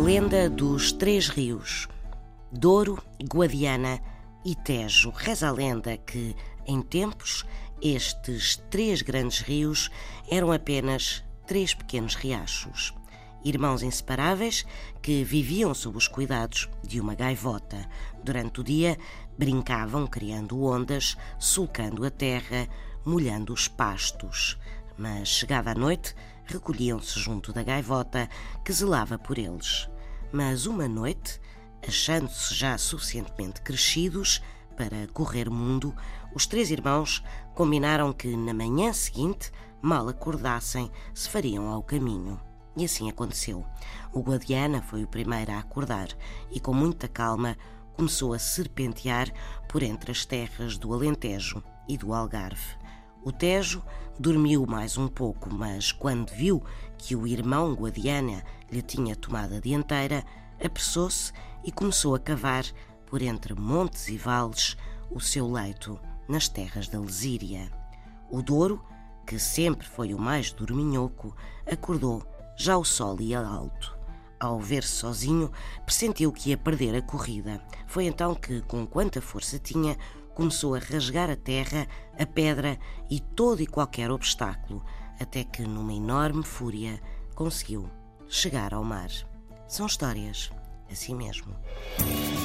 lenda dos três rios, Douro, Guadiana e Tejo. Reza a lenda que, em tempos, estes três grandes rios eram apenas três pequenos riachos, irmãos inseparáveis que viviam sob os cuidados de uma gaivota. Durante o dia brincavam criando ondas, sulcando a terra, molhando os pastos. Mas, chegada a noite, recolhiam-se junto da gaivota que zelava por eles. Mas uma noite, achando-se já suficientemente crescidos para correr mundo, os três irmãos combinaram que na manhã seguinte, mal acordassem, se fariam ao caminho. E assim aconteceu. O Guadiana foi o primeiro a acordar e, com muita calma, começou a serpentear por entre as terras do Alentejo e do Algarve. O Tejo dormiu mais um pouco, mas quando viu que o irmão Guadiana lhe tinha tomado a dianteira, apressou-se e começou a cavar por entre montes e vales o seu leito nas terras da Lesíria. O Douro, que sempre foi o mais dorminhoco, acordou, já o sol ia alto. Ao ver-se sozinho, pressentiu que ia perder a corrida. Foi então que, com quanta força tinha, começou a rasgar a terra, a pedra e todo e qualquer obstáculo, até que, numa enorme fúria, conseguiu chegar ao mar. São histórias assim mesmo.